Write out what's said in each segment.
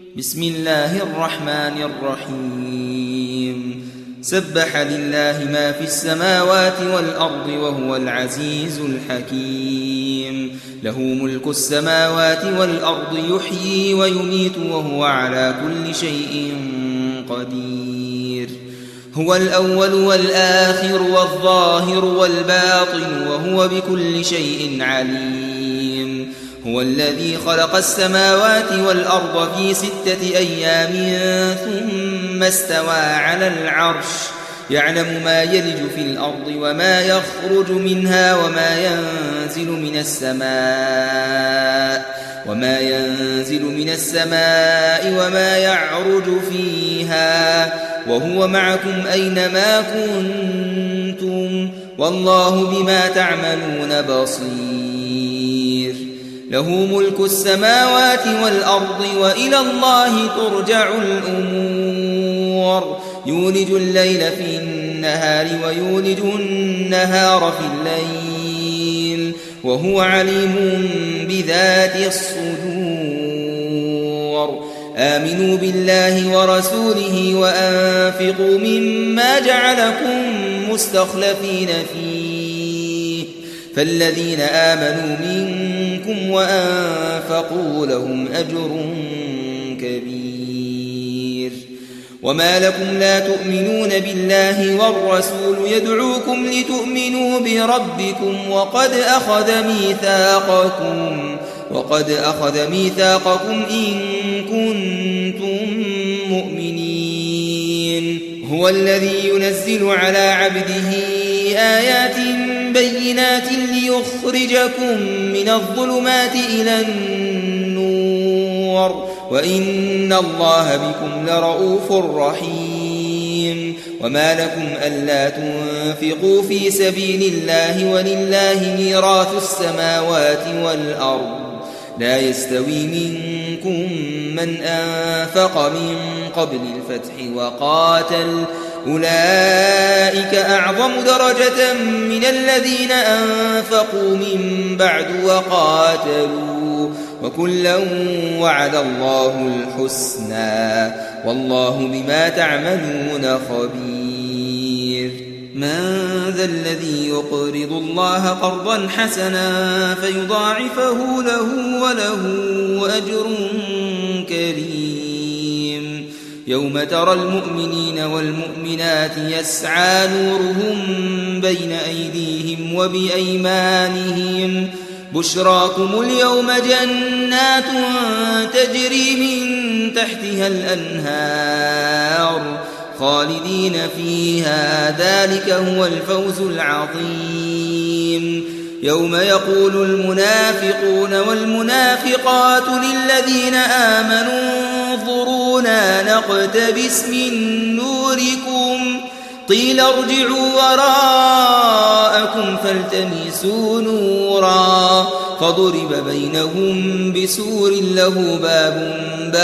بسم الله الرحمن الرحيم سبح لله ما في السماوات والأرض وهو العزيز الحكيم له ملك السماوات والأرض يحيي ويميت وهو على كل شيء قدير هو الأول والآخر والظاهر والباطن وهو بكل شيء عليم هو الذي خلق السماوات والأرض في 6 أيام ثم استوى على العرش يعلم ما يلج في الأرض وما يخرج منها وما ينزل من السماء وما يعرج فيها وهو معكم أينما كنتم والله بما تعملون بصير له ملك السماوات والأرض وإلى الله ترجع الأمور يولج الليل في النهار ويولج النهار في الليل وهو عليم بذات الصدور آمنوا بالله ورسوله وأنفقوا مما جعلكم مستخلفين فيه فالذين آمنوا منكم وأنفقوا لهم أجر كبير وما لكم لا تؤمنون بالله والرسول يدعوكم لتؤمنوا بربكم وقد أخذ ميثاقكم إن كنتم مؤمنين هو الذي ينزل على عبده آيات بينات ليخرجكم من الظلمات إلى النور وإن الله بكم لرؤوف رحيم وما لكم ألا تنفقوا في سبيل الله ولله ميراث السماوات والأرض لا يستوي منكم من أنفق من قبل الفتح وقاتل أولئك أعظم درجة من الذين أنفقوا من بعد وقاتلوا وكلا وعد الله الحسنى والله بما تعملون خبير من ذا الذي يقرض الله قرضا حسنا فيضاعفه له وله أجر كريم يوم ترى المؤمنين والمؤمنات يسعى نورهم بين أيديهم وبأيمانهم بشراكم اليوم جنات تجري من تحتها الأنهار خالدين فيها ذلك هو الفوز العظيم يوم يقول المنافقون والمنافقات للذين آمنوا انظرونا نقتبس من نوركم قيل ارجعوا وراءكم فالتمسوا نورا فضرب بينهم بسور له باب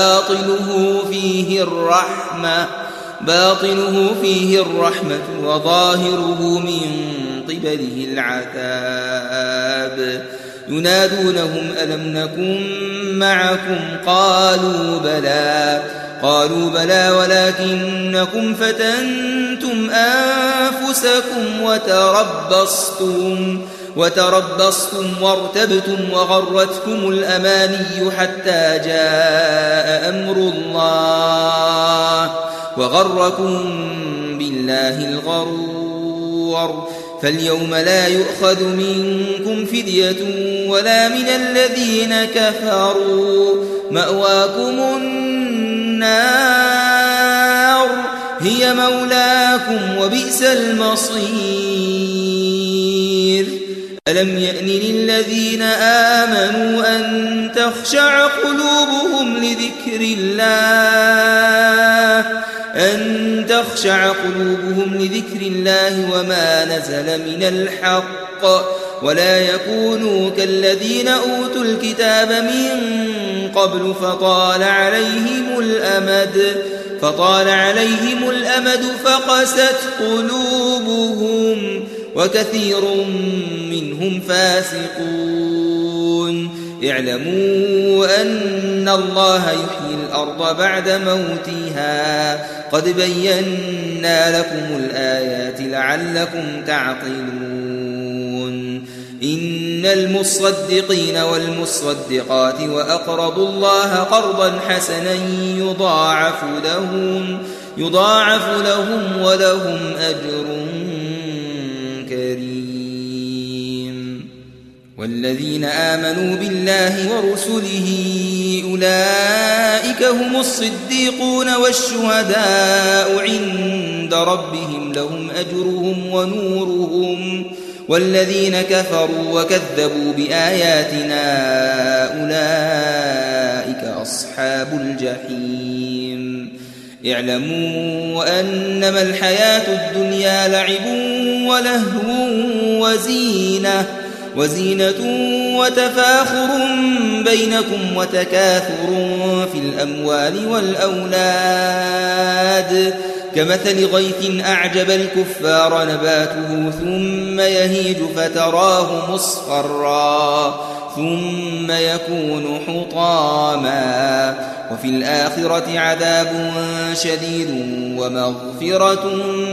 باطنه فيه الرحمة وظاهره من قبله العذاب ينادونهم ألم نكن معكم قالوا بلى ولكنكم فتنتم أنفسكم وتربصتم وارتبتم وغرتكم الأماني حتى جاء أمر الله وغركم بالله الغرور فاليوم لا يؤخذ منكم فدية ولا من الذين كفروا مأواكم النار هي مولاكم وبئس المصير ألم يأن للذين آمنوا أن تخشع قلوبهم لذكر الله وما نزل من الحق ولا يكونوا كالذين أوتوا الكتاب من قبل فطال عليهم الأمد فقست قلوبهم وكثير منهم فاسقون اعلموا أن الله يحيي الأرض بعد موتها قد بينا لكم الآيات لعلكم تعقلون إن المصدقين والمصدقات وأقرضوا الله قرضا حسنا يضاعف لهم ولهم أجر كريم والذين آمنوا بالله ورسله أولئك هم الصديقون والشهداء عند ربهم لهم أجرهم ونورهم والذين كفروا وكذبوا بآياتنا أولئك أصحاب الجحيم اعلموا أنما الحياة الدنيا لعب ولهو وزينة وتفاخر بينكم وتكاثر في الأموال والأولاد كمثل غيث أعجب الكفار نباته ثم يهيج فتراه مصفرا ثم يكون حطاما وفي الآخرة عذاب شديد ومغفرة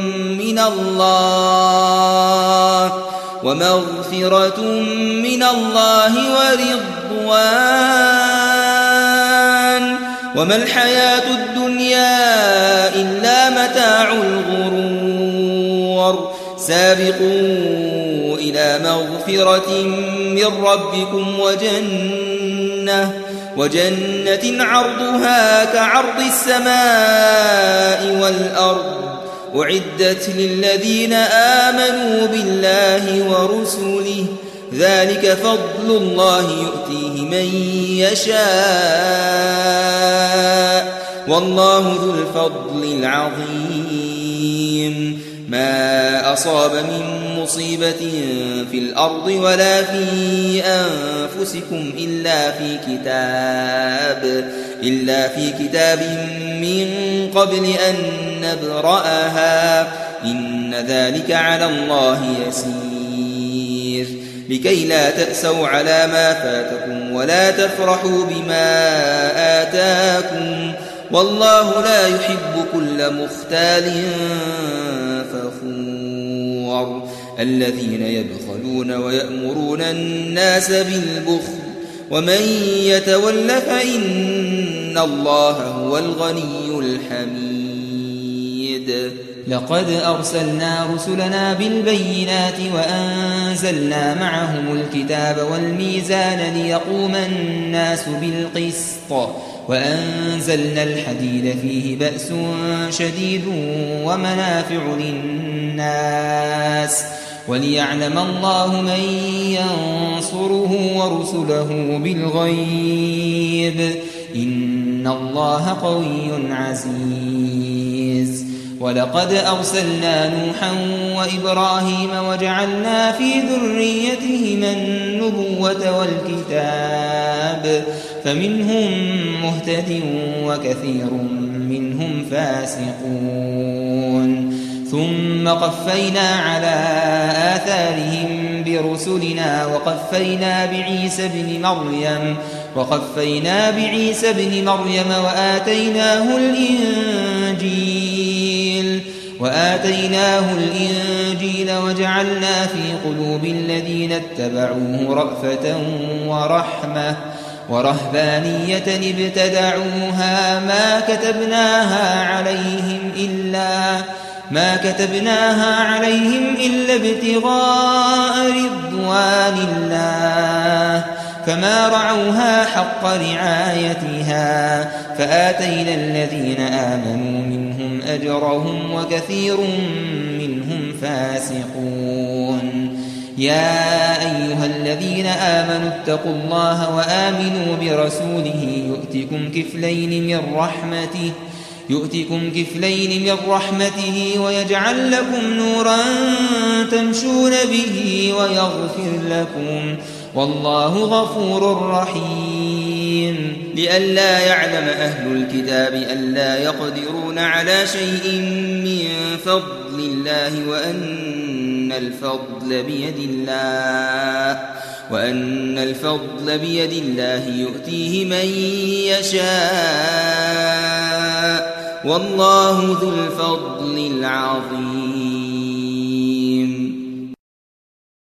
من الله ورضوان وما الحياة الدنيا إلا متاع الغرور سابقوا إلى مغفرة من ربكم وجنة عرضها كعرض السماء والأرض أعدت للذين آمنوا بالله ورسله ذلك فضل الله يؤتيه من يشاء والله ذو الفضل العظيم ما أصاب من مصيبة في الأرض ولا في أنفسكم إلا في كتاب من قبل أن نبرأها إن ذلك على الله يسير لكي لا تأسوا على ما فاتكم ولا تفرحوا بما آتاكم والله لا يحب كل مختال فخور الذين يبخلون ويأمرون الناس بالبخل ومن يتول فإن الله هو الغني الحميد لقد أرسلنا رسلنا بالبينات وأنزلنا معهم الكتاب والميزان ليقوم الناس بالقسط وأنزلنا الحديد فيه بأس شديد ومنافع للناس وليعلم الله من ينصره ورسله بالغيب إن الله قوي عزيز ولقد أرسلنا نوحا وإبراهيم وجعلنا في ذريتهما النبوة والكتاب فمنهم مهتد وكثير منهم فاسقون ثم قفينا على آثارهم برسلنا وقفينا بعيسى بن مريم وآتيناه الإنجيل وجعلنا في قلوب الذين اتبعوه رأفة ورهبانية ابتدعوها ما كتبناها عليهم إلا ابتغاء رضوان الله فما رعوها حق رعايتها فآتينا الذين آمنوا منهم أجرهم وكثير منهم فاسقون يا أيها الذين آمنوا اتقوا الله وآمنوا برسوله يؤتكم كفلين من رحمته ويجعل لكم نورا تمشون به ويغفر لكم والله غفور رحيم لئلا يعلم أهل الكتاب ألا يقدرون على شيء من فضل الله وأن الفضل بيد الله وأن الفضل بيد الله يؤتيه من يشاء والله ذو الفضل العظيم